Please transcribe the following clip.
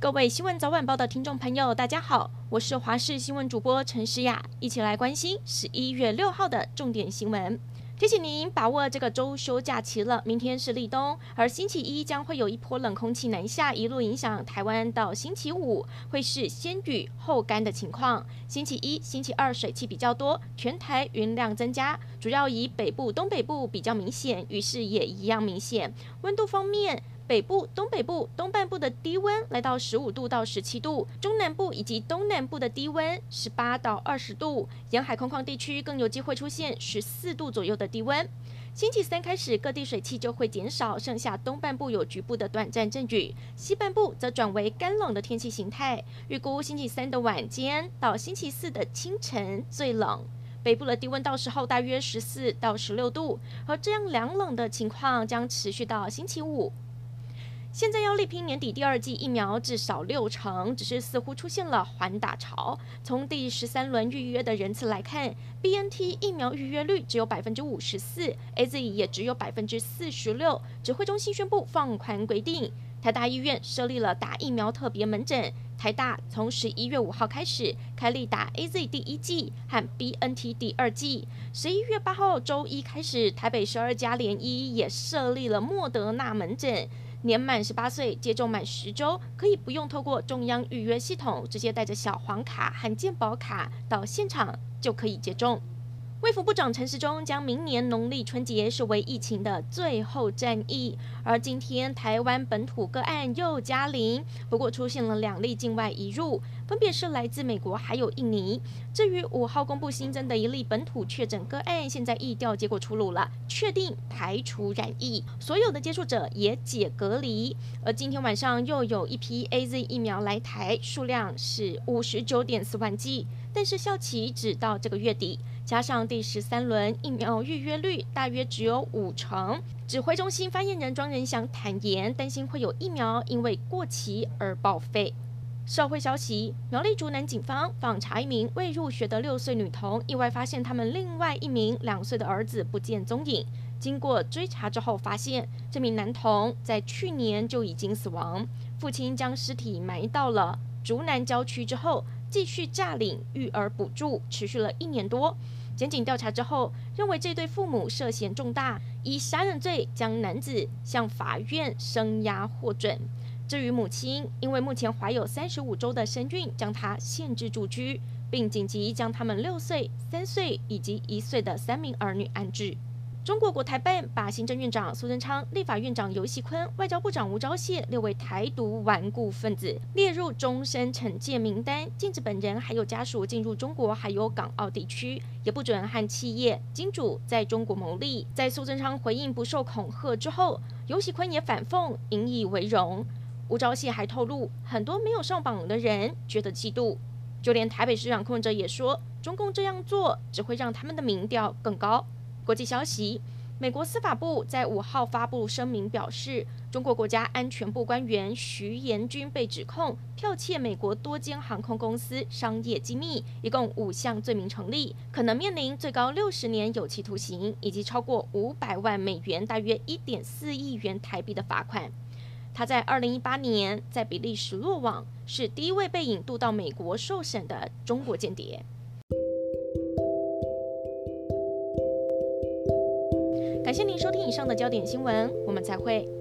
各位新闻早晚报的听众朋友，大家好，我是华视新闻主播陈诗雅，一起来关心11月6号的重点新闻。提醒您把握这个周休假期了，明天是立冬，而星期一将会有一波冷空气南下，一路影响台湾到星期五会是先雨后干的情况。星期一、星期二水汽比较多，全台云量增加，主要以北部、东北部比较明显，雨势也一样明显。温度方面，北部、东北部、东半部的低温来到15度到17度，中南部以及东南部的低温18到20度，沿海空旷地区更有机会出现14度左右的低温。星期三开始，各地水汽就会减少，剩下东半部有局部的短暂阵雨，西半部则转为干冷的天气形态。预估星期三的晚间到星期四的清晨最冷。北部的低温到时候大约14到16度，而这样凉冷的情况将持续到星期五。现在要力拼年底第二剂疫苗至少60%，只是似乎出现了缓打潮。从第13轮预约的人次来看 ，BNT 疫苗预约率只有54%，AZ 也只有46%。指挥中心宣布放宽规定，台大医院设立了打疫苗特别门诊。台大从11月5号开始开立打 AZ 第一剂和 BNT 第二剂。11月8号周一开始，台北12家联医也设立了莫德纳门诊。年满18岁，接种满10周，可以不用透过中央预约系统，直接带着小黄卡和健保卡到现场就可以接种。卫福部长陈时中将明年农历春节视为疫情的最后战役，而今天台湾本土个案又加零，不过出现了2例境外移入，分别是来自美国还有印尼。至于5号公布新增的1例本土确诊个案，现在疫调结果出炉了，确定排除染疫，所有的接触者也解隔离。而今天晚上又有一批 AZ 疫苗来台，数量是59.4万剂，但是效期只到这个月底。加上第13轮疫苗预约率大约只有50%，指挥中心发言人庄仁祥坦言，担心会有疫苗因为过期而报废。社会消息，苗栗竹南警方访查一名未入学的6岁女童，意外发现他们另外一名2岁的儿子不见踪影。经过追查之后，发现这名男童在去年就已经死亡，父亲将尸体埋到了竹南郊区之后，继续诈领育儿补助，持续了1年多。检警调查之后，认为这对父母涉嫌重大，以杀人罪将男子向法院声押获准。至于母亲，因为目前怀有35周的身孕，将她限制住居，并紧急将他们6岁、3岁以及1岁的3名儿女安置。中国国台办把行政院长苏贞昌、立法院长游锡堃、外交部长吴钊燮列为台独顽固分子，列入终身惩戒名单，禁止本人还有家属进入中国还有港澳地区，也不准和企业金主在中国牟利。在苏贞昌回应不受恐吓之后，游锡堃也反讽引以为荣。吴钊燮还透露，很多没有上榜的人觉得嫉妒，就连台北市长柯文哲也说，中共这样做只会让他们的民调更高。国际消息，美国司法部在5号发布声明表示，中国国家安全部官员徐延军被指控剽窃美国多间航空公司商业机密，一共5项罪名成立，可能面临最高60年有期徒刑，以及超过500万美元，大约1.4亿元台币的罚款。他在2018年在比利时落网，是第一位被引渡到美国受审的中国间谍。感谢您收听以上的焦点新闻，我们再会。